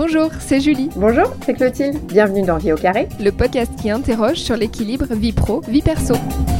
Bonjour, c'est Julie, Bonjour, c'est Clotilde. Bienvenue dans Vie au carré. le podcast qui interroge sur l'équilibre vie pro, vie perso.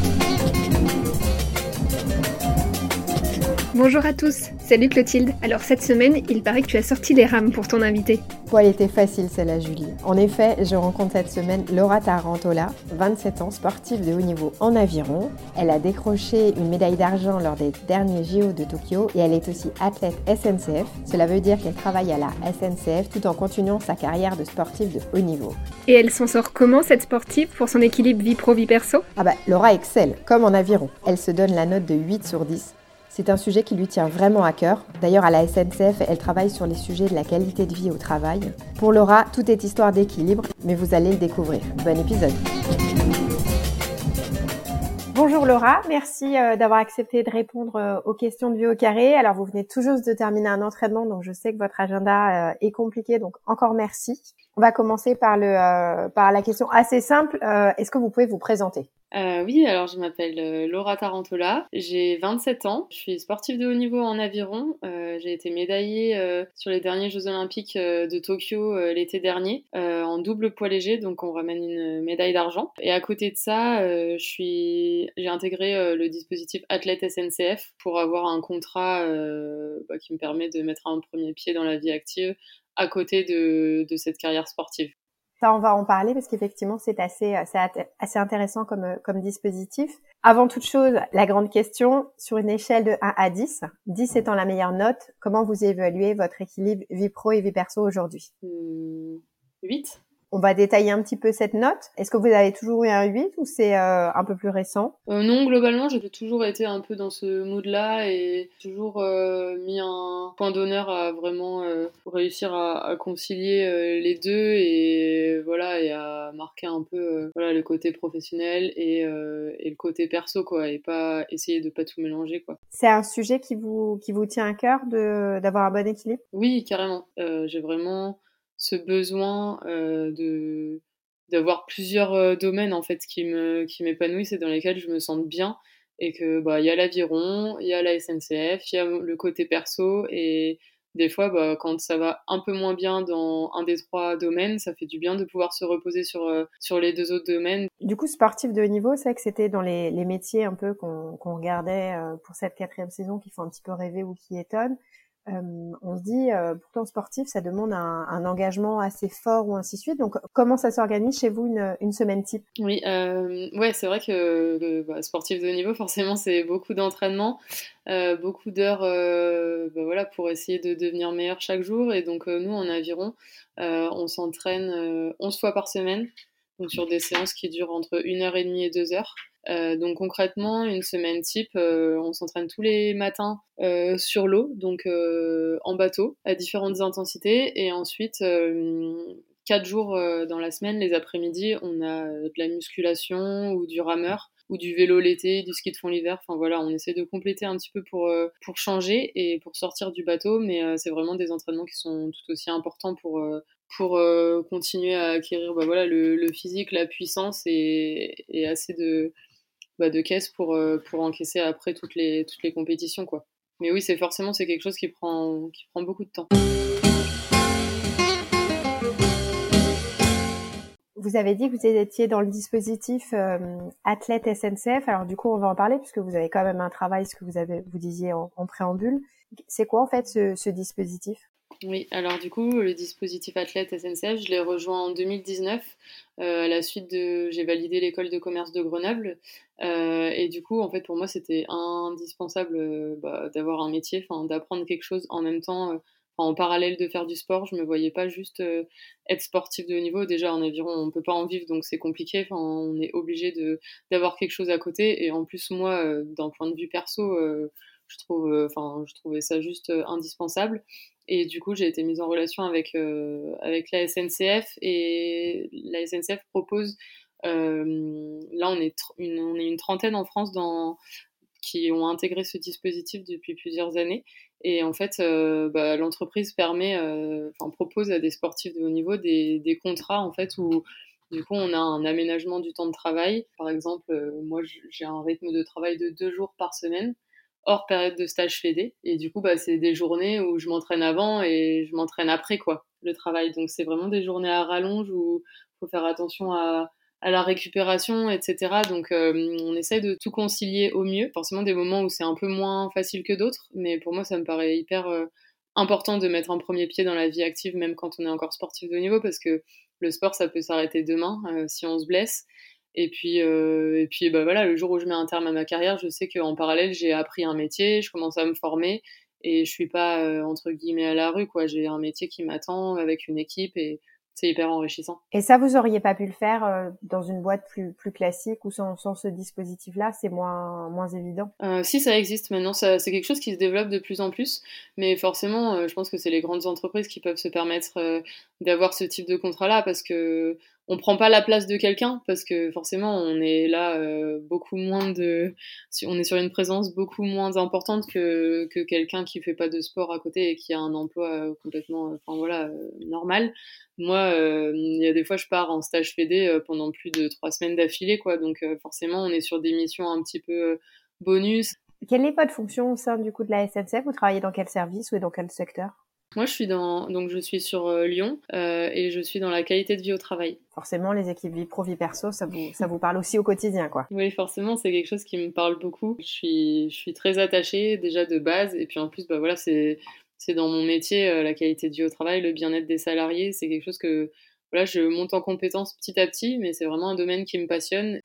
Bonjour à tous, salut Clotilde. Alors cette semaine, il paraît que tu as sorti les rames pour ton invité. Bon, elle était facile celle-là, Julie. En effet, je rencontre cette semaine Laura Tarantola, 27 ans, sportive de haut niveau en aviron. Elle a décroché une médaille d'argent lors des derniers JO de Tokyo et elle est aussi athlète SNCF. Cela veut dire qu'elle travaille à la SNCF tout en continuant sa carrière de sportive de haut niveau. Et elle s'en sort comment cette sportive pour son équilibre vie pro-vie perso ? Laura excelle, comme en aviron. Elle se donne la note de 8 sur 10. C'est un sujet qui lui tient vraiment à cœur. D'ailleurs, à la SNCF, elle travaille sur les sujets de la qualité de vie au travail. Pour Laura, tout est histoire d'équilibre, mais vous allez le découvrir. Bon épisode. Bonjour Laura, merci d'avoir accepté de répondre aux questions de Vie au carré. Alors, vous venez tout juste de terminer un entraînement, donc je sais que votre agenda est compliqué, donc encore merci. On va commencer par la question assez simple. Est-ce que vous pouvez vous présenter ? Oui, alors je m'appelle Laura Tarantola, j'ai 27 ans, je suis sportive de haut niveau en aviron, j'ai été médaillée sur les derniers Jeux Olympiques de Tokyo l'été dernier en double poids léger, donc on ramène une médaille d'argent. Et à côté de ça, j'ai intégré le dispositif Athlète SNCF pour avoir un contrat qui me permet de mettre un premier pied dans la vie active à côté de cette carrière sportive. Ça, on va en parler parce qu'effectivement, c'est assez intéressant comme dispositif. Avant toute chose, la grande question, sur une échelle de 1 à 10, 10 étant la meilleure note, comment vous évaluez votre équilibre vie pro et vie perso aujourd'hui ? 8. On va détailler un petit peu cette note. Est-ce que vous avez toujours eu un 8 ou c'est un peu plus récent ? Non, globalement, j'ai toujours été un peu dans ce mood-là et toujours mis un point d'honneur à vraiment réussir à concilier les deux et voilà, et à marquer un peu le côté professionnel et le côté perso, quoi, et pas essayer de pas tout mélanger, quoi. C'est un sujet qui vous tient à cœur d'avoir un bon équilibre ? Oui, carrément. J'ai vraiment ce besoin d'avoir plusieurs domaines en fait qui m'épanouissent et dans lesquels je me sente bien et que il y a l'aviron, il y a la SNCF, il y a le côté perso et des fois quand ça va un peu moins bien dans un des trois domaines, ça fait du bien de pouvoir se reposer sur les deux autres domaines. Du coup, sportif de haut niveau, c'est vrai que c'était dans les métiers un peu qu'on regardait pour cette 4e saison qui font un petit peu rêver ou qui étonnent. On se dit, pourtant sportif, ça demande un engagement assez fort ou ainsi de suite. Donc, comment ça s'organise chez vous une semaine type ? Oui, ouais, c'est vrai que sportif de haut niveau, forcément, c'est beaucoup d'entraînement, beaucoup d'heures pour essayer de devenir meilleur chaque jour. Et donc, nous, en aviron, on s'entraîne 11 fois par semaine, donc sur des séances qui durent entre 1h30 et 2 heures. Donc concrètement, une semaine type, on s'entraîne tous les matins sur l'eau, donc en bateau, à différentes intensités. Et ensuite, 4 jours dans la semaine, les après-midi, on a de la musculation ou du rameur ou du vélo l'été, du ski de fond l'hiver. Enfin voilà, on essaie de compléter un petit peu pour changer et pour sortir du bateau, mais c'est vraiment des entraînements qui sont tout aussi importants pour continuer à acquérir le physique, la puissance et assez de caisse pour encaisser après toutes les compétitions, quoi. Mais oui, c'est quelque chose qui prend beaucoup de temps. Vous avez dit que vous étiez dans le dispositif Athlète SNCF. Alors du coup, on va en parler puisque vous avez quand même un travail, ce que vous disiez en préambule. C'est quoi en fait ce dispositif ? Oui, alors du coup, le dispositif Athlète SNCF, je l'ai rejoint en 2019 à la suite j'ai validé l'école de commerce de Grenoble et du coup, en fait, pour moi, c'était indispensable d'avoir un métier, enfin, d'apprendre quelque chose en même temps, en parallèle de faire du sport. Je me voyais pas juste être sportif de haut niveau. Déjà, en aviron, on peut pas en vivre, donc c'est compliqué. Enfin, on est obligé d'avoir quelque chose à côté. Et en plus, moi, d'un point de vue perso, je trouvais ça juste indispensable. Et du coup, j'ai été mise en relation avec la SNCF et la SNCF propose, là on est une trentaine en France qui ont intégré ce dispositif depuis plusieurs années. Et en fait, l'entreprise propose à des sportifs de haut niveau des contrats en fait où du coup on a un aménagement du temps de travail. Par exemple, moi j'ai un rythme de travail de 2 jours par semaine hors période de stage fédé. Et du coup, c'est des journées où je m'entraîne avant et je m'entraîne après, quoi. le travail. Donc c'est vraiment des journées à rallonge où il faut faire attention à la récupération, etc. Donc on essaie de tout concilier au mieux. Forcément des moments où c'est un peu moins facile que d'autres, mais pour moi ça me paraît hyper important de mettre un premier pied dans la vie active, même quand on est encore sportif de haut niveau, parce que le sport ça peut s'arrêter demain si on se blesse. Et puis bah voilà, le jour où je mets un terme à ma carrière, je sais qu'en parallèle j'ai appris un métier, je commence à me former et je suis pas entre guillemets à la rue quoi. J'ai un métier qui m'attend avec une équipe et c'est hyper enrichissant. Et ça, vous auriez pas pu le faire dans une boîte plus classique ou sans ce dispositif-là, c'est moins évident? Si ça existe maintenant, c'est quelque chose qui se développe de plus en plus, mais forcément, je pense que c'est les grandes entreprises qui peuvent se permettre d'avoir ce type de contrat-là parce que on prend pas la place de quelqu'un parce que forcément on est là beaucoup moins on est sur une présence beaucoup moins importante que quelqu'un qui fait pas de sport à côté et qui a un emploi complètement, enfin voilà, normal. Moi, il y a des fois, je pars en stage fédé pendant plus de 3 semaines d'affilée, quoi. Donc, forcément, on est sur des missions un petit peu bonus. Quelle est votre fonction au sein du coup de la SNCF? Vous travaillez dans quel service ou dans quel secteur? Moi, donc je suis sur Lyon et je suis dans la qualité de vie au travail. Forcément, les équipes vie pro, vie perso, ça vous parle aussi au quotidien, quoi. Oui, forcément, c'est quelque chose qui me parle beaucoup. Je suis très attachée déjà de base et puis en plus, bah voilà, c'est dans mon métier, la qualité de vie au travail, le bien-être des salariés, c'est quelque chose que voilà, je monte en compétences petit à petit, mais c'est vraiment un domaine qui me passionne.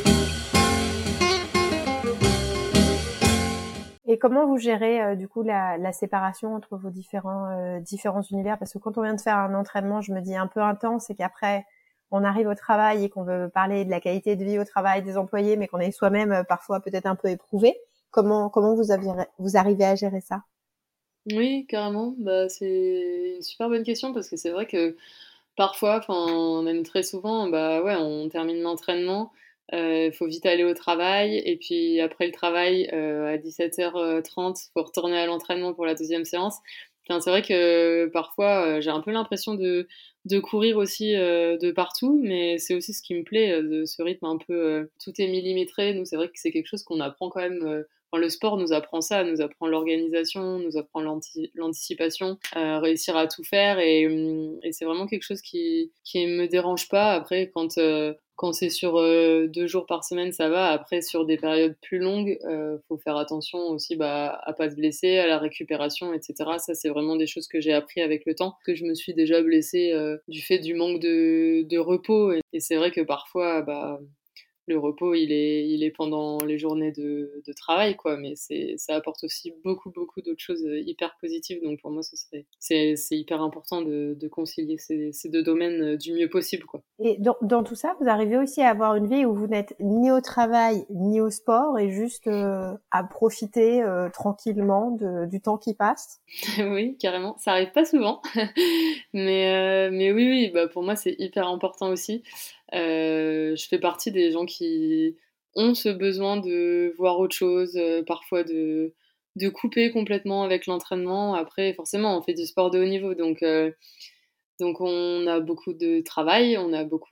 Et comment vous gérez du coup la séparation entre vos différents univers? Parce que quand on vient de faire un entraînement, je me dis un peu intense, et qu'après on arrive au travail et qu'on veut parler de la qualité de vie au travail des employés, mais qu'on est soi-même parfois peut-être un peu éprouvé. Comment vous arrivez à gérer ça? Oui, carrément. Bah, c'est une super bonne question parce que c'est vrai que parfois, enfin même très souvent, bah ouais, on termine l'entraînement, il faut vite aller au travail et puis après le travail, à 17h30, faut retourner à l'entraînement pour la deuxième séance. Enfin, c'est vrai que parfois, j'ai un peu l'impression de courir aussi de partout, mais c'est aussi ce qui me plaît de ce rythme un peu. Tout est millimétré. Nous, c'est vrai que c'est quelque chose qu'on apprend quand même. Enfin, le sport nous apprend ça, nous apprend l'organisation, nous apprend l'anticipation, réussir à tout faire, et c'est vraiment quelque chose qui me dérange pas. Après, quand c'est sur 2 jours par semaine, ça va. Après, sur des périodes plus longues, faut faire attention aussi bah, à pas se blesser, à la récupération, etc. Ça, c'est vraiment des choses que j'ai appris avec le temps, que je me suis déjà blessée du fait du manque de repos. Et c'est vrai que parfois, bah, le repos, il est pendant les journées de travail, quoi. Mais ça apporte aussi beaucoup, beaucoup d'autres choses hyper positives. Donc pour moi, c'est hyper important de concilier ces deux domaines du mieux possible, quoi. Et dans tout ça, vous arrivez aussi à avoir une vie où vous n'êtes ni au travail ni au sport et juste à profiter tranquillement du temps qui passe? Oui, carrément. Ça arrive pas souvent. Mais oui, oui, bah pour moi, c'est hyper important aussi. Je fais partie des gens qui ont ce besoin de voir autre chose, parfois de couper complètement avec l'entraînement. Après, forcément, on fait du sport de haut niveau, donc on a beaucoup de travail, on a beaucoup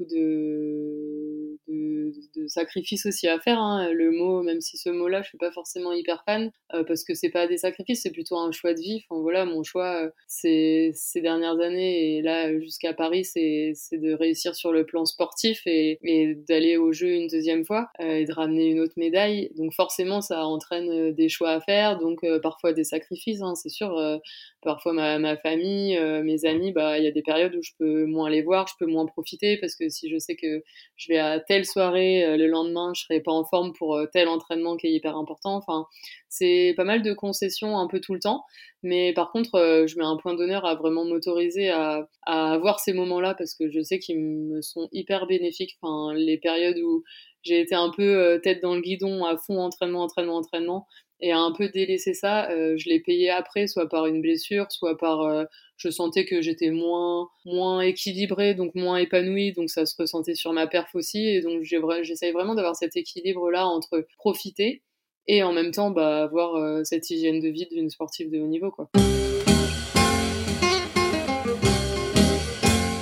de sacrifices aussi à faire, hein. Le mot, même si ce mot-là, je suis pas forcément hyper fan, parce que c'est pas des sacrifices, c'est plutôt un choix de vie. Enfin voilà, mon choix, ces dernières années et là jusqu'à Paris, c'est de réussir sur le plan sportif et d'aller aux Jeux une deuxième fois et de ramener une autre médaille. Donc forcément, ça entraîne des choix à faire, donc parfois des sacrifices, hein, c'est sûr. Parfois ma famille, mes amis, bah il y a des périodes où je peux moins les voir, je peux moins profiter parce que si je sais que je vais à telle soirée, le lendemain je serai pas en forme pour tel entraînement qui est hyper important. Enfin, c'est pas mal de concessions un peu tout le temps, mais par contre je mets un point d'honneur à vraiment m'autoriser à avoir ces moments-là parce que je sais qu'ils me sont hyper bénéfiques. Enfin, les périodes où j'ai été un peu tête dans le guidon à fond entraînement et à un peu délaisser ça, je l'ai payé après, soit par une blessure, soit par je sentais que j'étais moins équilibrée, donc moins épanouie, donc ça se ressentait sur ma perf aussi, et donc j'essaye vraiment d'avoir cet équilibre-là entre profiter et en même temps bah, avoir cette hygiène de vie d'une sportive de haut niveau, quoi.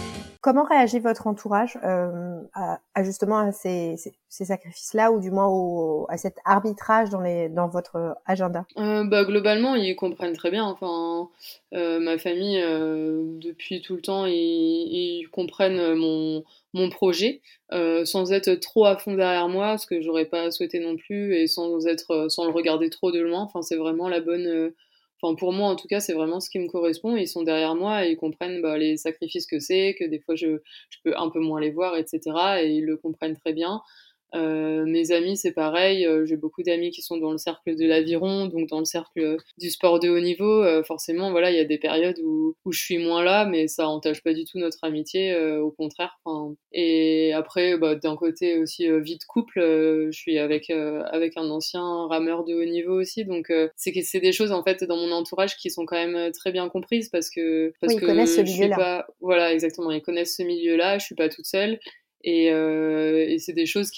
Comment réagit votre entourage justement à ces sacrifices-là, ou du moins à cet arbitrage dans votre agenda? Globalement, ils comprennent très bien. Enfin, ma famille, depuis tout le temps, ils comprennent mon projet, sans être trop à fond derrière moi, ce que j'aurais pas souhaité non plus, et sans le regarder trop de loin. Enfin, c'est vraiment la bonne. Enfin, pour moi, en tout cas, c'est vraiment ce qui me correspond. Ils sont derrière moi et ils comprennent les sacrifices que c'est, que des fois je peux un peu moins les voir, etc. Et ils le comprennent très bien. Mes amis, c'est pareil. J'ai beaucoup d'amis qui sont dans le cercle de l'aviron, donc dans le cercle du sport de haut niveau. Forcément, voilà, il y a des périodes où je suis moins là, mais ça entache pas du tout notre amitié, au contraire. Enfin, et après, d'un côté aussi vie de couple, je suis avec un ancien rameur de haut niveau aussi, donc c'est des choses en fait dans mon entourage qui sont quand même très bien comprises Oui, ils connaissent ce je suis milieu-là. pas, voilà, exactement, ils connaissent ce milieu-là. Je suis pas toute seule. Et c'est des choses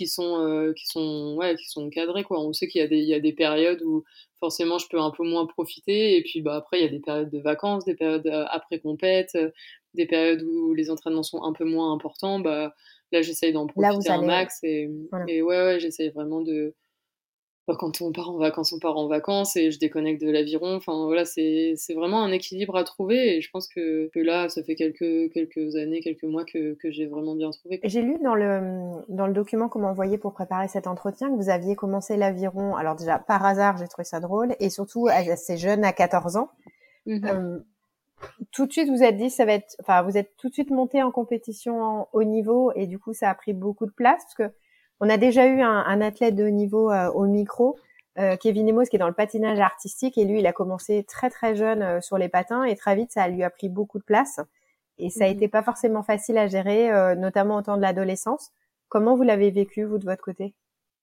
qui sont cadrées, quoi. On sait il y a des périodes où forcément je peux un peu moins profiter, et puis après il y a des périodes de vacances, des périodes après compète, des périodes où les entraînements sont un peu moins importants. Là j'essaye d'en Là, vous profiter un allez, max, voilà. et ouais, j'essaye vraiment de quand on part en vacances, et je déconnecte de l'aviron. Enfin voilà, c'est vraiment un équilibre à trouver, et je pense que là, ça fait quelques années, quelques mois que j'ai vraiment bien trouvé, quoi. J'ai lu dans le document qu'on m'a envoyé pour préparer cet entretien que vous aviez commencé l'aviron. Alors déjà, par hasard, j'ai trouvé ça drôle, et surtout assez jeune, à 14 ans. Mhm. Euh, Tout de suite, vous êtes dit, vous êtes tout de suite monté en compétition en haut niveau, et du coup, ça a pris beaucoup de place, parce que on a déjà eu un athlète de haut niveau au micro, Kevin Emos, qui est dans le patinage artistique, et lui, il a commencé très très jeune sur les patins, et très vite, ça lui a pris beaucoup de place, et ça a Mhm. été pas forcément facile à gérer, notamment au temps de l'adolescence. Comment vous l'avez vécu, vous, de votre côté?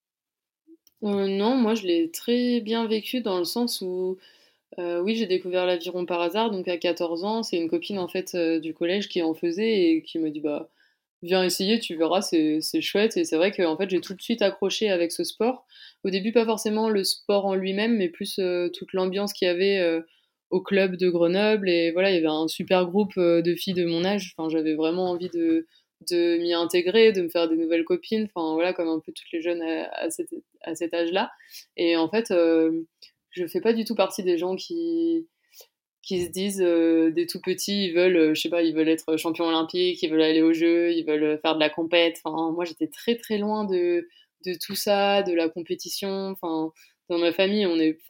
Non, moi je l'ai très bien vécu dans le sens où, oui, j'ai découvert l'aviron par hasard, donc à 14 ans. C'est une copine en fait du collège qui en faisait et qui m'a dit bah viens essayer, tu verras, c'est chouette. Et c'est vrai que en fait j'ai tout de suite accroché avec ce sport. Au début pas forcément le sport en lui-même, mais plus toute l'ambiance qu'il y avait au club de Grenoble. Et voilà, il y avait un super groupe de filles de mon âge. Enfin, j'avais vraiment envie de m'y intégrer, de me faire des nouvelles copines, enfin voilà, comme un peu toutes les jeunes à cet âge-là. Et en fait, je fais pas du tout partie des gens qui se disent des tout petits, ils veulent, je sais pas, ils veulent être champions olympiques, ils veulent aller aux Jeux, ils veulent faire de la compète. Enfin, moi, j'étais très très loin de tout ça, de la compétition. Enfin, dans ma famille,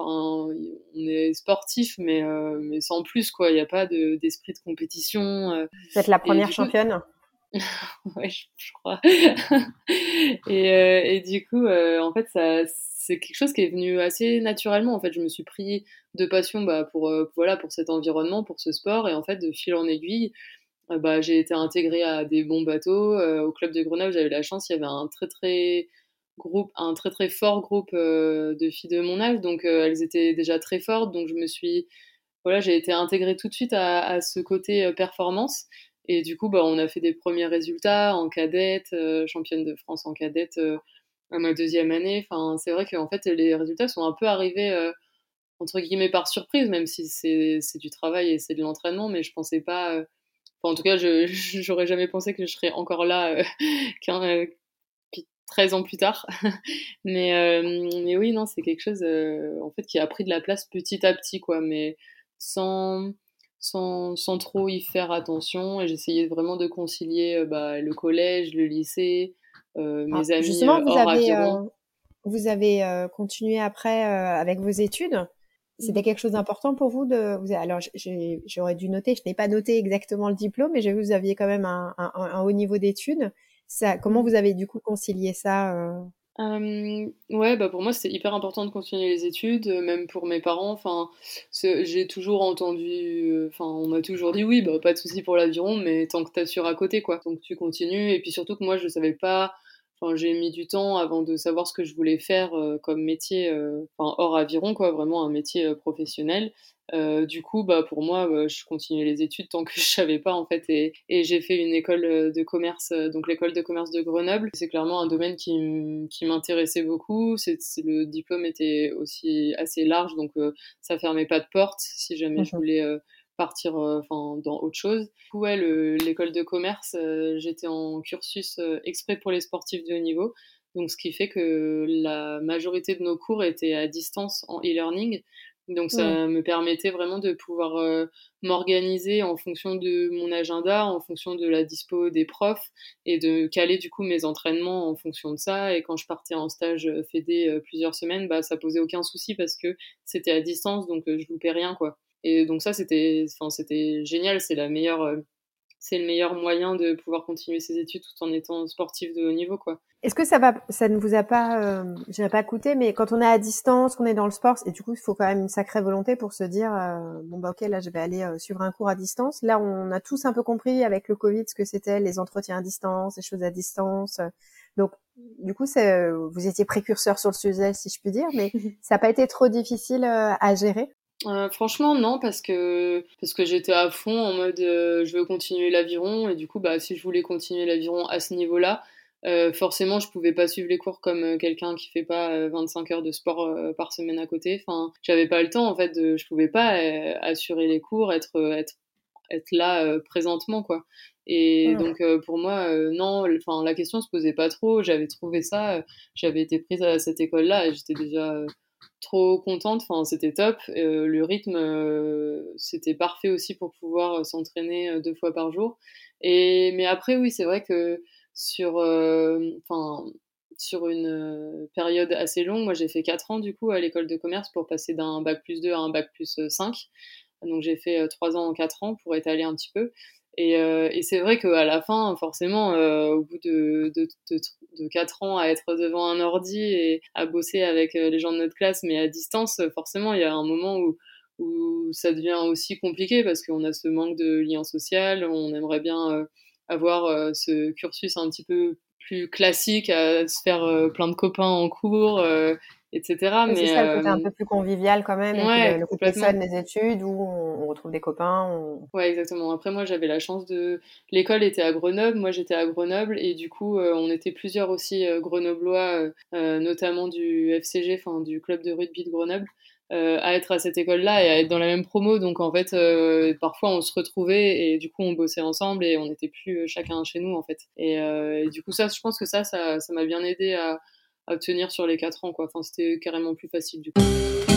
on est sportif, mais sans plus, quoi. Il n'y a pas d'esprit de compétition. Vous êtes la Et première du coup, championne? ouais, je crois. Et du coup, en fait, c'est quelque chose qui est venu assez naturellement. En fait, je me suis pris de passion voilà, pour cet environnement, pour ce sport. Et en fait, de fil en aiguille, j'ai été intégrée à des bons bateaux. Au club de Grenoble, j'avais la chance, il y avait un très très fort groupe de filles de mon âge. Donc, elles étaient déjà très fortes. Donc, voilà, j'ai été intégrée tout de suite à ce côté performance. Et du coup, on a fait des premiers résultats en cadette, championne de France en cadette à ma deuxième année. Enfin, c'est vrai qu'en fait, les résultats sont un peu arrivés entre guillemets par surprise, même si c'est du travail et c'est de l'entraînement, mais je pensais pas. Enfin, en tout cas, j'aurais jamais pensé que je serais encore là 15, 13 ans plus tard. Mais oui, non, c'est quelque chose en fait qui a pris de la place petit à petit, quoi, mais sans, sans trop y faire attention. Et j'essayais vraiment de concilier le collège, le lycée, Alors, mes amis justement, hors aviron. vous avez continué après avec vos études. C'était Mhm. quelque chose d'important pour vous alors, j'aurais dû noter, je n'ai pas noté exactement le diplôme, mais j'ai vu que vous aviez quand même un haut niveau d'études. Ça, comment Mhm. vous avez du coup concilié ça Ouais, pour moi, c'était hyper important de continuer les études, même pour mes parents. Enfin, j'ai toujours entendu, enfin, on m'a toujours dit oui, pas de souci pour l'aviron, mais tant que t'assures à côté, quoi. Donc tu continues. Et puis surtout que moi, je savais pas. Enfin, j'ai mis du temps avant de savoir ce que je voulais faire comme métier, enfin hors aviron, quoi, vraiment un métier professionnel. Du coup, pour moi, je continuais les études tant que je savais pas, en fait. Et j'ai fait une école de commerce, donc l'école de commerce de Grenoble. C'est clairement un domaine qui m'intéressait beaucoup. Le diplôme était aussi assez large, donc ça fermait pas de porte si jamais je Mhm. voulais partir dans autre chose. Du coup, ouais, l'école de commerce, j'étais en cursus exprès pour les sportifs de haut niveau. Donc, ce qui fait que la majorité de nos cours étaient à distance en e-learning. Donc, Ouais. ça me permettait vraiment de pouvoir m'organiser en fonction de mon agenda, en fonction de la dispo des profs et de caler du coup mes entraînements en fonction de ça. Et quand je partais en stage fédé plusieurs semaines, bah, ça posait aucun souci parce que c'était à distance, donc je loupais rien, quoi. Et donc ça, c'était génial. C'est le meilleur moyen de pouvoir continuer ses études tout en étant sportif de haut niveau, quoi. Est-ce que ça ne vous a pas, je dirais pas coûté, mais quand on est à distance, qu'on est dans le sport, et du coup, il faut quand même une sacrée volonté pour se dire, bon bah ok, là, je vais aller suivre un cours à distance. Là, on a tous un peu compris avec le Covid ce que c'était les entretiens à distance, les choses à distance. Donc, du coup, vous étiez précurseur sur le sujet, si je puis dire, mais ça n'a pas été trop difficile à gérer. Franchement, non, parce que j'étais à fond en mode je veux continuer l'aviron, et du coup, bah, si je voulais continuer l'aviron à ce niveau-là, forcément, je pouvais pas suivre les cours comme quelqu'un qui fait pas 25 heures de sport par semaine à côté. Enfin, j'avais pas le temps, en fait, je pouvais pas assurer les cours, être là présentement, quoi. Et Mm. donc, pour moi, non, enfin, la question se posait pas trop. J'avais trouvé ça, j'avais été prise à cette école-là et j'étais déjà trop contente, enfin c'était top. Le rythme, c'était parfait aussi pour pouvoir s'entraîner 2 fois par jour. Mais après, oui, c'est vrai que sur, sur une période assez longue, moi j'ai fait 4 ans du coup à l'école de commerce pour passer d'un bac+2 à un bac+5. Donc j'ai fait 3 ans en 4 ans pour étaler un petit peu. Et c'est vrai qu'à la fin, forcément, au bout de 4 ans à être devant un ordi et à bosser avec les gens de notre classe, mais à distance, forcément, il y a un moment où ça devient aussi compliqué parce qu'on a ce manque de lien social, on aimerait bien avoir ce cursus un petit peu plus classique, à se faire plein de copains en cours, etc. Oui, c'est Mais ça, le côté un peu plus convivial quand même, et puis ouais, le côté complètement. fun des études où on retrouve des copains. Ouais, exactement. Après, moi, j'avais la chance de... L'école était à Grenoble, moi j'étais à Grenoble, et du coup, on était plusieurs aussi grenoblois, notamment du FCG, enfin du club de rugby de Grenoble, à être à cette école-là et à être dans la même promo. Donc en fait, parfois on se retrouvait et du coup on bossait ensemble et on n'était plus chacun chez nous, en fait. Et du coup, ça, je pense que ça m'a bien aidé à tenir sur les 4 ans, quoi. Enfin, c'était carrément plus facile du coup.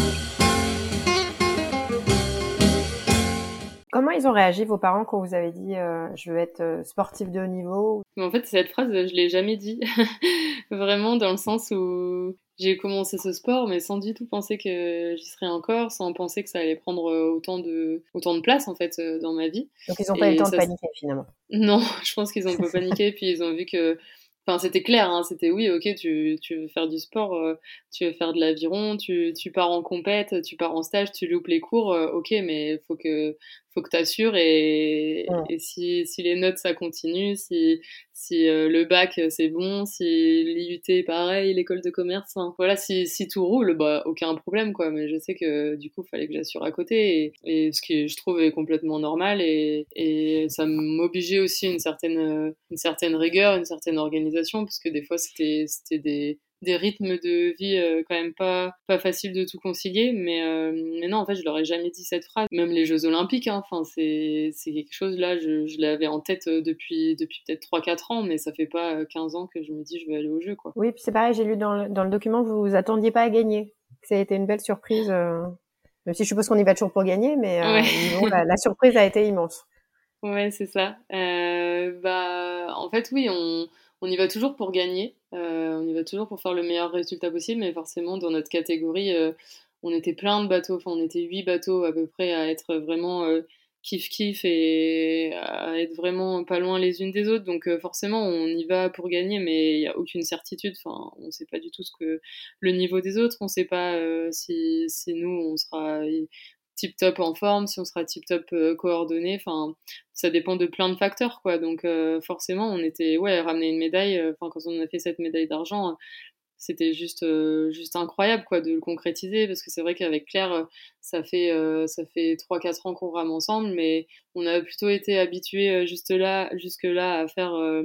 Comment ils ont réagi, vos parents, quand vous avez dit je veux être sportif de haut niveau? Mais en fait, cette phrase, je l'ai jamais dit. Vraiment, dans le sens où j'ai commencé ce sport, mais sans du tout penser que j'y serais encore, sans penser que ça allait prendre autant de place, en fait, dans ma vie. Donc ils n'ont pas eu le Et temps de ça, paniquer finalement. non, je pense qu'ils ont un peu paniqué, puis ils ont vu que... Enfin, c'était clair, hein, c'était oui, ok, tu veux faire du sport, tu veux faire de l'aviron, tu pars en compète, tu pars en stage, tu loupes les cours, ok, mais faut que t'assures, Mm. et si les notes ça continue, si le bac c'est bon, si l'IUT pareil, l'école de commerce, hein, voilà, si tout roule, bah aucun problème, quoi. Mais je sais que du coup, il fallait que j'assure à côté, et ce qui je trouve est complètement normal, et ça m'obligeait aussi une certaine rigueur, une certaine organisation, parce que des fois c'était des rythmes de vie quand même pas facile de tout concilier, mais non, en fait je leur ai jamais dit cette phrase. Même les Jeux Olympiques, hein, enfin c'est quelque chose, là je l'avais en tête depuis peut-être 3-4 ans, mais ça fait pas 15 ans que je me dis je vais aller aux Jeux, quoi. Oui, puis c'est pareil, j'ai lu dans le document que vous vous attendiez pas à gagner, que ça a été une belle surprise. Même si je suppose qu'on y va toujours pour gagner, mais bon, Ouais. la surprise a été immense. Ouais, c'est ça. Bah, en fait, oui, on y va toujours pour gagner. On y va toujours pour faire le meilleur résultat possible, mais forcément, dans notre catégorie, on était plein de bateaux. Enfin, on était 8 bateaux à peu près à être vraiment kiff-kiff et à être vraiment pas loin les unes des autres. Donc, forcément, on y va pour gagner, mais il n'y a aucune certitude. Enfin, on ne sait pas du tout le niveau des autres. On ne sait pas si nous, on sera tip-top en forme, si on sera tip-top coordonné. Enfin, ça dépend de plein de facteurs, quoi. Donc forcément, on était, ouais, ramener une médaille. Enfin, quand on a fait cette médaille d'argent, c'était juste incroyable, quoi, de le concrétiser, parce que c'est vrai qu'avec Claire, ça fait 3-4 ans qu'on rame ensemble, mais on a plutôt été habitués jusque là à faire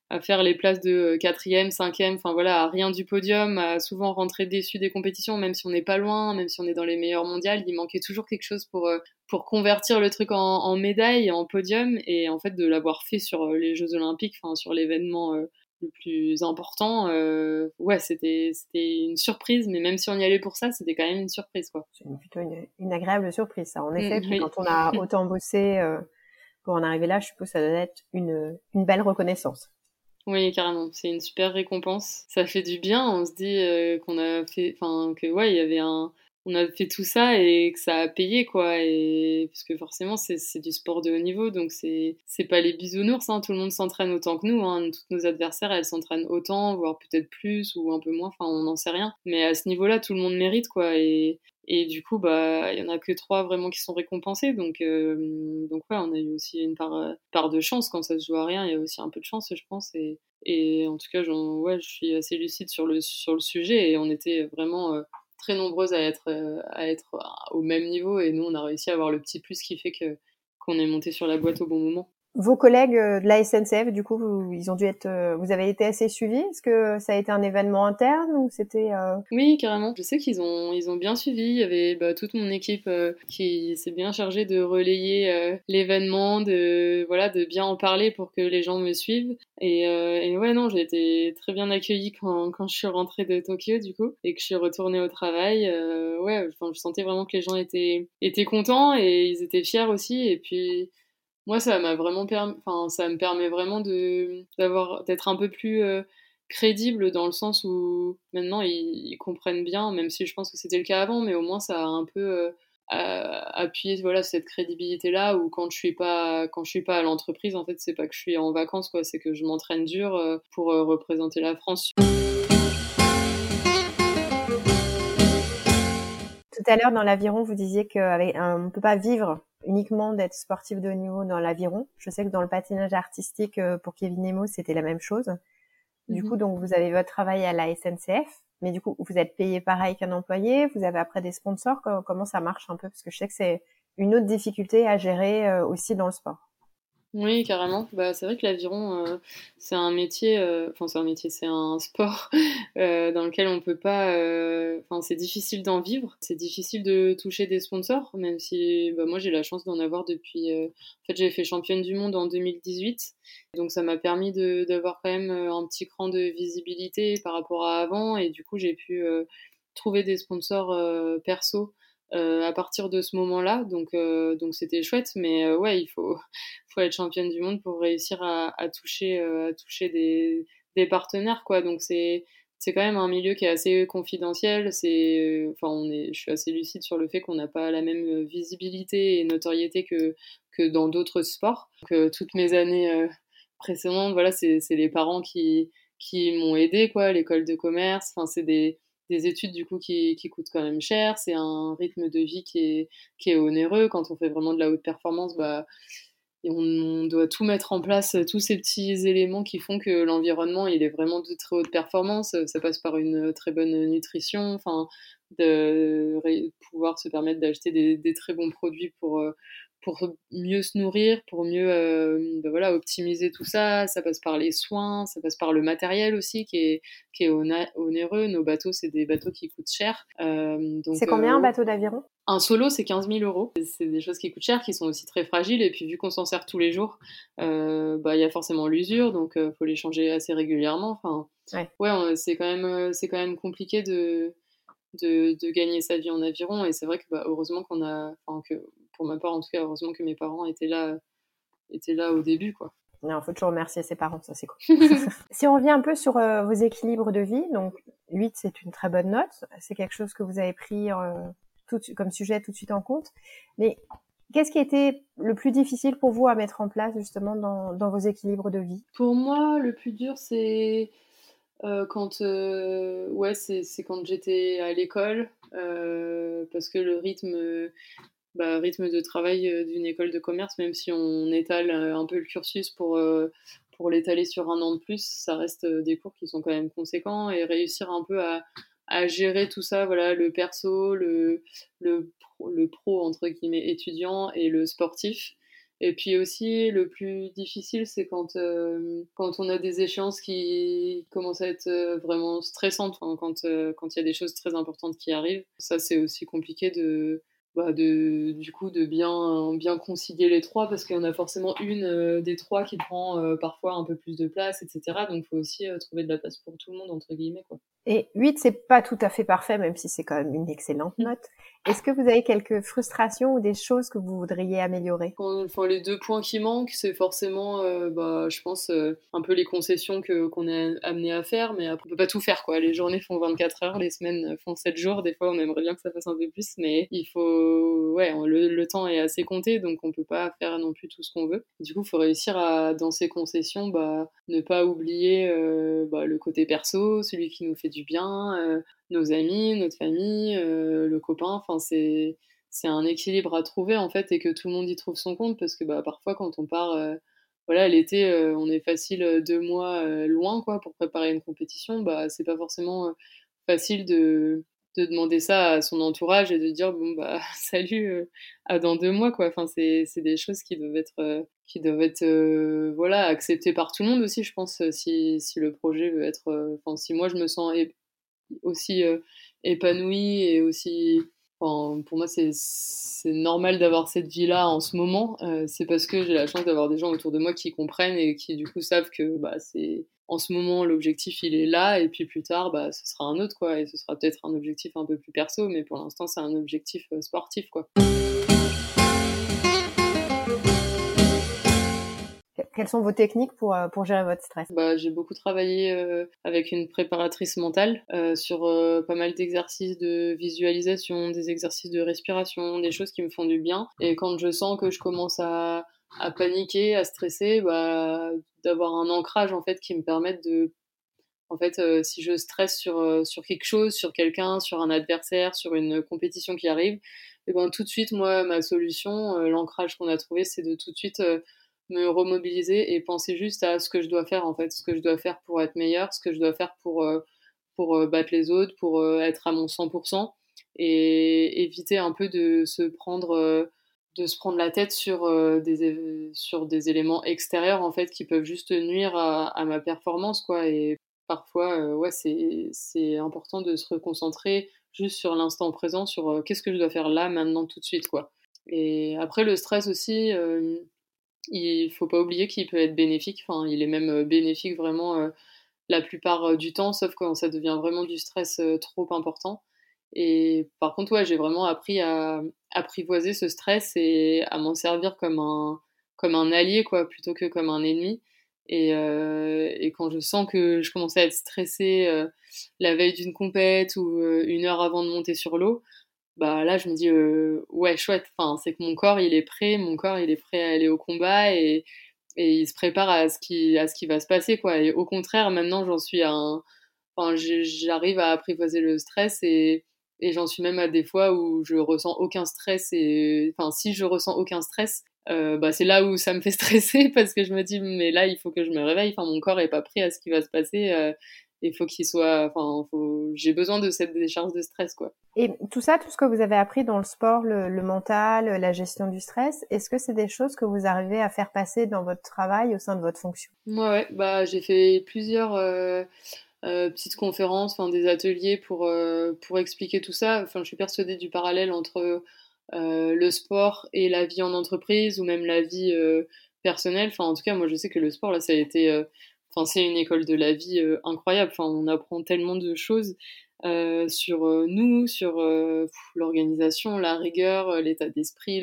à faire les places de quatrième, cinquième, enfin voilà, à rien du podium, à souvent rentrer déçu des compétitions, même si on n'est pas loin, même si on est dans les meilleurs mondiales, il manquait toujours quelque chose pour convertir le truc en médaille, en podium, et en fait de l'avoir fait sur les Jeux Olympiques, enfin sur l'événement le plus important, ouais, c'était une surprise, mais même si on y allait pour ça, c'était quand même une surprise, quoi. C'est plutôt une agréable surprise, ça, en effet. Puis Oui. quand on a autant bossé pour en arriver là, je suppose que ça doit être une belle reconnaissance. Oui, carrément. C'est une super récompense. Ça fait du bien. On se dit qu'on a fait, enfin que ouais, il y avait on a fait tout ça et que ça a payé quoi. Et parce que forcément, c'est du sport de haut niveau, donc c'est pas les bisounours. Hein. Tout le monde s'entraîne autant que nous. Hein. Toutes nos adversaires, elles s'entraînent autant, voire peut-être plus ou un peu moins. Enfin, on n'en sait rien. Mais à ce niveau-là, tout le monde mérite quoi. Et du coup, bah, il y en a que 3 vraiment qui sont récompensés. Donc ouais, on a eu aussi une part de chance quand ça se joue à rien. Il y a aussi un peu de chance, je pense. Et en tout cas, ouais, je suis assez lucide sur le sujet. Et on était vraiment très nombreuses à être au même niveau. Et nous, on a réussi à avoir le petit plus qui fait qu'on est monté sur la boîte au bon moment. Vos collègues de la SNCF, du coup, ils ont dû être, vous avez été assez suivis. Est-ce que ça a été un événement interne ou c'était Oui, carrément. Je sais ils ont bien suivi. Il y avait toute mon équipe qui s'est bien chargée de relayer l'événement, voilà, de bien en parler pour que les gens me suivent. Et ouais, non, j'ai été très bien accueillie quand je suis rentrée de Tokyo, du coup, et que je suis retournée au travail. Ouais, enfin, je sentais vraiment que les gens étaient contents et ils étaient fiers aussi. Et puis, moi, ça m'a vraiment enfin, ça me permet vraiment d'être un peu plus crédible dans le sens où maintenant ils comprennent bien, même si je pense que c'était le cas avant, mais au moins ça a un peu appuyé voilà cette crédibilité là où quand je suis pas à l'entreprise, en fait, c'est pas que je suis en vacances quoi, c'est que je m'entraîne dur pour représenter la France. Tout à l'heure dans l'aviron, vous disiez qu'on ne peut pas vivre uniquement d'être sportif de haut niveau dans l'aviron. Je sais que dans le patinage artistique, pour Kevin Nemo, c'était la même chose. Du coup, donc, vous avez votre travail à la SNCF, mais du coup, vous êtes payé pareil qu'un employé, vous avez après des sponsors, comment ça marche un peu? Parce que je sais que c'est une autre difficulté à gérer aussi dans le sport. Oui, carrément. Bah, c'est vrai que l'aviron, c'est un métier, enfin c'est un métier, c'est un sport dans lequel on peut pas, enfin c'est difficile d'en vivre, c'est difficile de toucher des sponsors, même si bah, moi j'ai la chance d'en avoir depuis. En fait, j'ai fait championne du monde en 2018, donc ça m'a permis d'avoir quand même un petit cran de visibilité par rapport à avant, et du coup j'ai pu trouver des sponsors perso à partir de ce moment-là, donc c'était chouette, mais ouais, faut être championne du monde pour réussir à toucher des partenaires, quoi. Donc c'est quand même un milieu qui est assez confidentiel. Enfin, je suis assez lucide sur le fait qu'on n'a pas la même visibilité et notoriété que dans d'autres sports. Donc, toutes mes années précédentes, voilà, c'est les parents qui m'ont aidé, quoi, l'école de commerce. Enfin, c'est des études du coup qui coûtent quand même cher, c'est un rythme de vie qui est onéreux. Quand on fait vraiment de la haute performance, bah, et on doit tout mettre en place, tous ces petits éléments qui font que l'environnement il est vraiment de très haute performance. Ça passe par une très bonne nutrition, enfin, pouvoir se permettre d'acheter des très bons produits pour mieux se nourrir, pour mieux voilà, optimiser tout ça. Ça passe par les soins, ça passe par le matériel aussi qui est onéreux. Nos bateaux, c'est des bateaux qui coûtent cher. C'est combien un bateau d'aviron? Un solo, c'est 15 000 euros. C'est des choses qui coûtent cher, qui sont aussi très fragiles. Et puis, vu qu'on s'en sert tous les jours, bah, y a forcément l'usure, donc faut les changer assez régulièrement. Enfin, ouais, c'est quand même compliqué de gagner sa vie en aviron. Et c'est vrai que bah, heureusement enfin, que pour ma part en tout cas, heureusement que mes parents étaient là au début, quoi. Non, faut toujours remercier ses parents, ça c'est cool. Si on revient un peu sur vos équilibres de vie, donc 8 c'est une très bonne note, c'est quelque chose que vous avez pris comme sujet tout de suite en compte. Mais qu'est-ce qui a été le plus difficile pour vous à mettre en place justement dans vos équilibres de vie? Pour moi, le plus dur, c'est c'est quand j'étais à l'école, parce que le rythme de travail d'une école de commerce, même si on étale un peu le cursus pour l'étaler sur un an de plus, ça reste des cours qui sont quand même conséquents, et réussir un peu à gérer tout ça, voilà, le perso, le pro entre guillemets étudiant et le sportif. Et puis aussi, le plus difficile, c'est quand on a des échéances qui commencent à être vraiment stressantes, enfin, quand il y a des choses très importantes qui arrivent. Ça, c'est aussi compliqué du coup, de bien concilier les trois, parce qu'il y en a forcément une des trois qui prend parfois un peu plus de place, etc. Donc, il faut aussi trouver de la place pour tout le monde, entre guillemets, quoi. Et 8, c'est pas tout à fait parfait, même si c'est quand même une excellente note. Est-ce que vous avez quelques frustrations ou des choses que vous voudriez améliorer? Enfin, les deux points qui manquent, c'est forcément, je pense, un peu les concessions qu'on est amené à faire, mais après, on peut pas tout faire, quoi. Les journées font 24 heures, les semaines font 7 jours. Des fois, on aimerait bien que ça fasse un peu plus, mais il faut, ouais, le temps est assez compté, donc on peut pas faire non plus tout ce qu'on veut. Du coup, il faut réussir à, dans ces concessions, ne pas oublier le côté perso, celui qui nous fait du bien, nos amis, notre famille, le copain. Enfin, c'est un équilibre à trouver, en fait, et que tout le monde y trouve son compte, parce que parfois quand on part voilà, l'été, on est facile 2 mois loin, quoi, pour préparer une compétition. C'est pas forcément facile de demander ça à son entourage et de dire bon salut, à dans 2 mois, quoi. Enfin, c'est des choses qui doivent être voilà, acceptées par tout le monde aussi, je pense, si le projet veut être enfin, si moi je me sens aussi épanouie et aussi. Enfin, pour moi, c'est normal d'avoir cette vie-là en ce moment. C'est parce que j'ai la chance d'avoir des gens autour de moi qui comprennent et qui, du coup, savent que c'est en ce moment, l'objectif, il est là. Et puis plus tard, ce sera un autre, quoi. Et ce sera peut-être un objectif un peu plus perso. Mais pour l'instant, c'est un objectif sportif, quoi. Quelles sont vos techniques pour gérer votre stress? J'ai beaucoup travaillé avec une préparatrice mentale sur pas mal d'exercices de visualisation, des exercices de respiration, des choses qui me font du bien. Et quand je sens que je commence à paniquer, à stresser, d'avoir un ancrage, en fait, qui me permette de... En fait, si je stresse sur quelque chose, sur quelqu'un, sur un adversaire, sur une compétition qui arrive, et tout de suite, moi, ma solution, l'ancrage qu'on a trouvé, c'est de tout de suite me remobiliser et penser juste à ce que je dois faire, en fait, ce que je dois faire pour être meilleur, ce que je dois faire pour battre les autres, pour être à mon 100%, et éviter un peu de se prendre la tête sur des éléments extérieurs, en fait, qui peuvent juste nuire à ma performance, quoi. Et parfois, ouais, c'est important de se reconcentrer juste sur l'instant présent, sur qu'est-ce que je dois faire là, maintenant, tout de suite, quoi. Et après, le stress aussi, il faut pas oublier qu'il peut être bénéfique. Enfin, il est même bénéfique vraiment la plupart du temps, sauf quand ça devient vraiment du stress trop important. Et par contre, ouais, j'ai vraiment appris à apprivoiser ce stress et à m'en servir comme un allié, quoi, plutôt que comme un ennemi. Et quand je sens que je commence à être stressée la veille d'une compète ou 1 heure avant de monter sur l'eau, là, je me dis ouais, chouette. Enfin, c'est que mon corps, il est prêt. Mon corps, il est prêt à aller au combat et il se prépare à ce qui va se passer, quoi. Et au contraire, maintenant, j'en suis à un... Enfin, j'arrive à apprivoiser le stress et j'en suis même à des fois où je ressens aucun stress. Et enfin, si je ressens aucun stress, c'est là où ça me fait stresser, parce que je me dis mais là, il faut que je me réveille. Enfin, mon corps est pas prêt à ce qui va se passer. Il faut qu'il soit... Enfin, j'ai besoin de cette décharge de stress, quoi. Et tout ça, tout ce que vous avez appris dans le sport, le mental, la gestion du stress, est-ce que c'est des choses que vous arrivez à faire passer dans votre travail au sein de votre fonction? Ouais, j'ai fait plusieurs petites conférences, enfin des ateliers pour expliquer tout ça. Enfin, je suis persuadée du parallèle entre le sport et la vie en entreprise, ou même la vie personnelle. Enfin, en tout cas, moi, je sais que le sport, là, ça a été... Enfin, c'est une école de la vie incroyable. Enfin, on apprend tellement de choses sur nous, sur l'organisation, la rigueur, l'état d'esprit,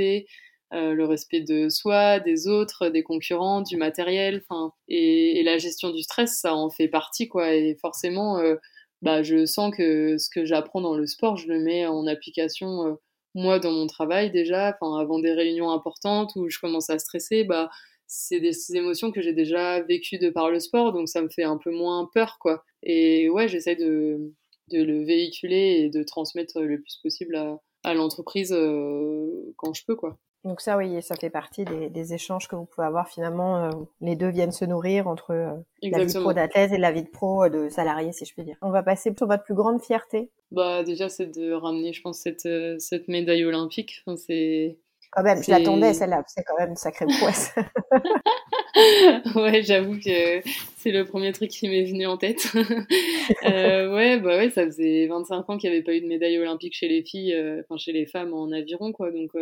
le respect de soi, des autres, des concurrents, du matériel, enfin, et la gestion du stress, ça en fait partie, quoi. Et forcément, je sens que ce que j'apprends dans le sport, je le mets en application, moi, dans mon travail déjà, enfin, avant des réunions importantes où je commence à stresser, c'est des émotions que j'ai déjà vécues de par le sport, donc ça me fait un peu moins peur, quoi. Et ouais, j'essaie de le véhiculer et de transmettre le plus possible à l'entreprise quand je peux, quoi. Donc ça, oui, ça fait partie des échanges que vous pouvez avoir finalement. Les deux viennent se nourrir entre la vie pro d'athlète et la vie de pro de salarié, si je puis dire. On va passer sur votre plus grande fierté. Déjà, c'est de ramener, je pense, cette médaille olympique. Enfin, Quand même, je l'attendais celle-là, c'est quand même une sacrée prouesse. Ouais, j'avoue que c'est le premier truc qui m'est venu en tête. Ouais, ça faisait 25 ans qu'il n'y avait pas eu de médaille olympique chez les filles, chez les femmes en aviron, quoi. Donc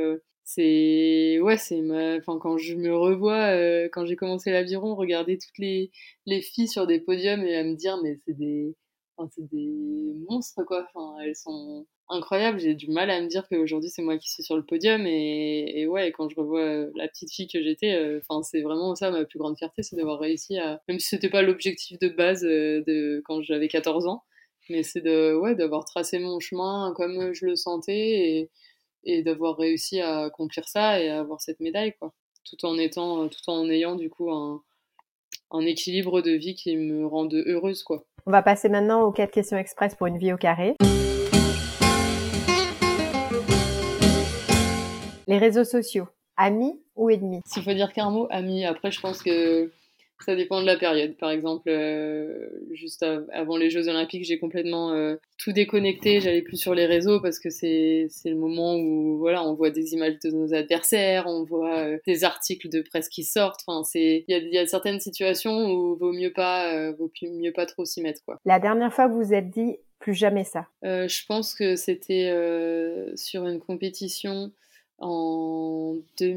quand je me revois, quand j'ai commencé l'aviron, regarder toutes les filles sur des podiums et à me dire mais c'est des monstres, quoi. Enfin, elles sont incroyables. J'ai du mal à me dire qu'aujourd'hui c'est moi qui suis sur le podium et quand je revois la petite fille que j'étais, c'est vraiment ça ma plus grande fierté, c'est d'avoir réussi à, même si c'était pas l'objectif de base de quand j'avais 14 ans, mais c'est d'avoir tracé mon chemin comme je le sentais et d'avoir réussi à accomplir ça et à avoir cette médaille, quoi. Tout en ayant du coup un équilibre de vie qui me rende heureuse, quoi. On va passer maintenant aux 4 questions express pour une vie au carré. Les réseaux sociaux, amis ou ennemis? S'il faut dire qu'un mot, amis. Après, je pense que ça dépend de la période. Par exemple, juste avant les Jeux Olympiques, j'ai complètement tout déconnecté. J'allais plus sur les réseaux parce que c'est le moment où voilà, on voit des images de nos adversaires, on voit des articles de presse qui sortent. Enfin, il y a certaines situations où vaut mieux pas trop s'y mettre, quoi. La dernière fois que vous vous êtes dit plus jamais ça? Je pense que c'était sur une compétition en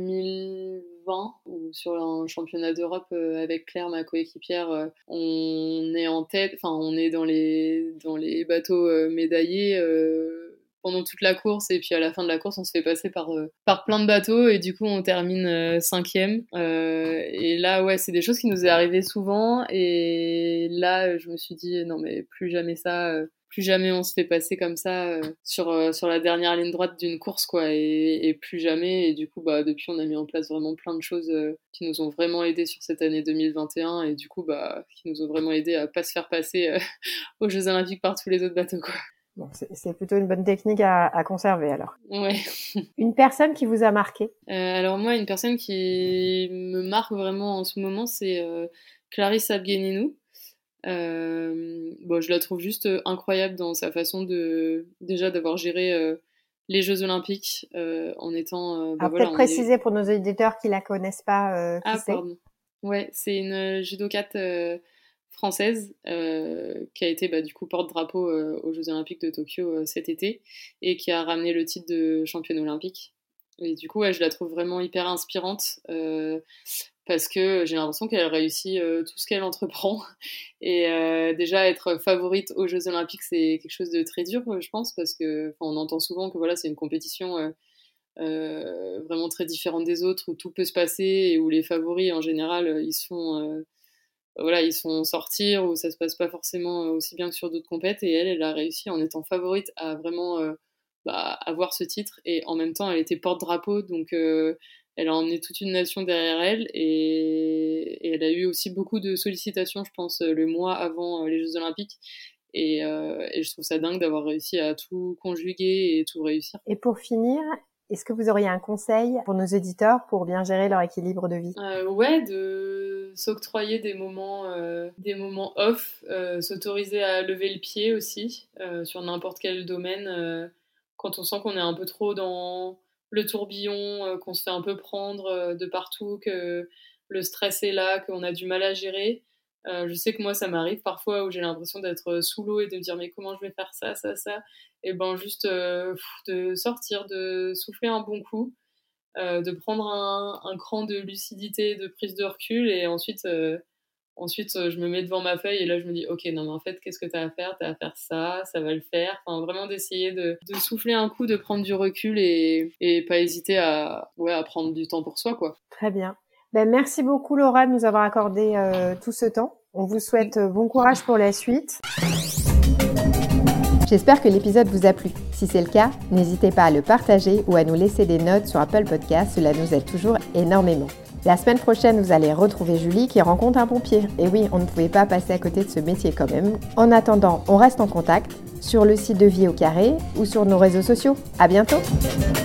2020 ou sur un championnat d'Europe avec Claire, ma coéquipière. On est en tête, enfin on est dans les bateaux médaillés pendant toute la course, et puis à la fin de la course on se fait passer par plein de bateaux et du coup on termine 5e, et là ouais, c'est des choses qui nous est arrivées souvent, et là je me suis dit non mais plus jamais ça, plus jamais on se fait passer comme ça sur la dernière ligne droite d'une course, quoi, et plus jamais. Et du coup, depuis, on a mis en place vraiment plein de choses qui nous ont vraiment aidés sur cette année 2021, et du coup, qui nous ont vraiment aidés à pas se faire passer aux Jeux Olympiques par tous les autres bateaux, quoi. Bon, c'est plutôt une bonne technique à conserver, alors. Ouais. Une personne qui vous a marqué? Alors moi, une personne qui me marque vraiment en ce moment, c'est Clarisse Abguéninou. Je la trouve juste incroyable dans sa façon déjà d'avoir géré les Jeux Olympiques en étant... Alors peut-être préciser pour nos auditeurs qui la connaissent pas qui c'est. Pardon. Ouais, c'est une judokate française qui a été du coup porte-drapeau aux Jeux Olympiques de Tokyo cet été et qui a ramené le titre de championne olympique. Et du coup, ouais, je la trouve vraiment hyper inspirante parce que j'ai l'impression qu'elle réussit tout ce qu'elle entreprend. Et déjà, être favorite aux Jeux Olympiques, c'est quelque chose de très dur, je pense, parce que on entend souvent que voilà, c'est une compétition vraiment très différente des autres, où tout peut se passer et où les favoris, en général, ils sont sortis, où ça se passe pas forcément aussi bien que sur d'autres compètes. Et elle a réussi en étant favorite à vraiment avoir ce titre, et en même temps elle était porte-drapeau, donc elle a emmené toute une nation derrière elle, et elle a eu aussi beaucoup de sollicitations, je pense, le mois avant les Jeux Olympiques, et je trouve ça dingue d'avoir réussi à tout conjuguer et tout réussir. Et pour finir, est-ce que vous auriez un conseil pour nos auditeurs pour bien gérer leur équilibre de vie? Ouais, de s'octroyer des moments off, s'autoriser à lever le pied aussi sur n'importe quel domaine, quand on sent qu'on est un peu trop dans le tourbillon, qu'on se fait un peu prendre de partout, que le stress est là, qu'on a du mal à gérer. Je sais que moi, ça m'arrive parfois où j'ai l'impression d'être sous l'eau et de me dire mais comment je vais faire ça. Et juste de sortir, de souffler un bon coup, de prendre un cran de lucidité, de prise de recul, et ensuite je me mets devant ma feuille et là je me dis ok, non mais en fait qu'est-ce que t'as à faire ça va le faire, enfin vraiment d'essayer de souffler un coup, de prendre du recul et pas hésiter à prendre du temps pour soi, quoi. Très bien. Merci beaucoup Laura de nous avoir accordé tout ce temps. On vous souhaite bon courage pour la suite. J'espère que l'épisode vous a plu. Si c'est le cas, n'hésitez pas à le partager ou à nous laisser des notes sur Apple Podcasts, cela nous aide toujours énormément. La semaine prochaine, vous allez retrouver Julie qui rencontre un pompier. Et oui, on ne pouvait pas passer à côté de ce métier quand même. En attendant, on reste en contact sur le site de Vie au Carré ou sur nos réseaux sociaux. À bientôt!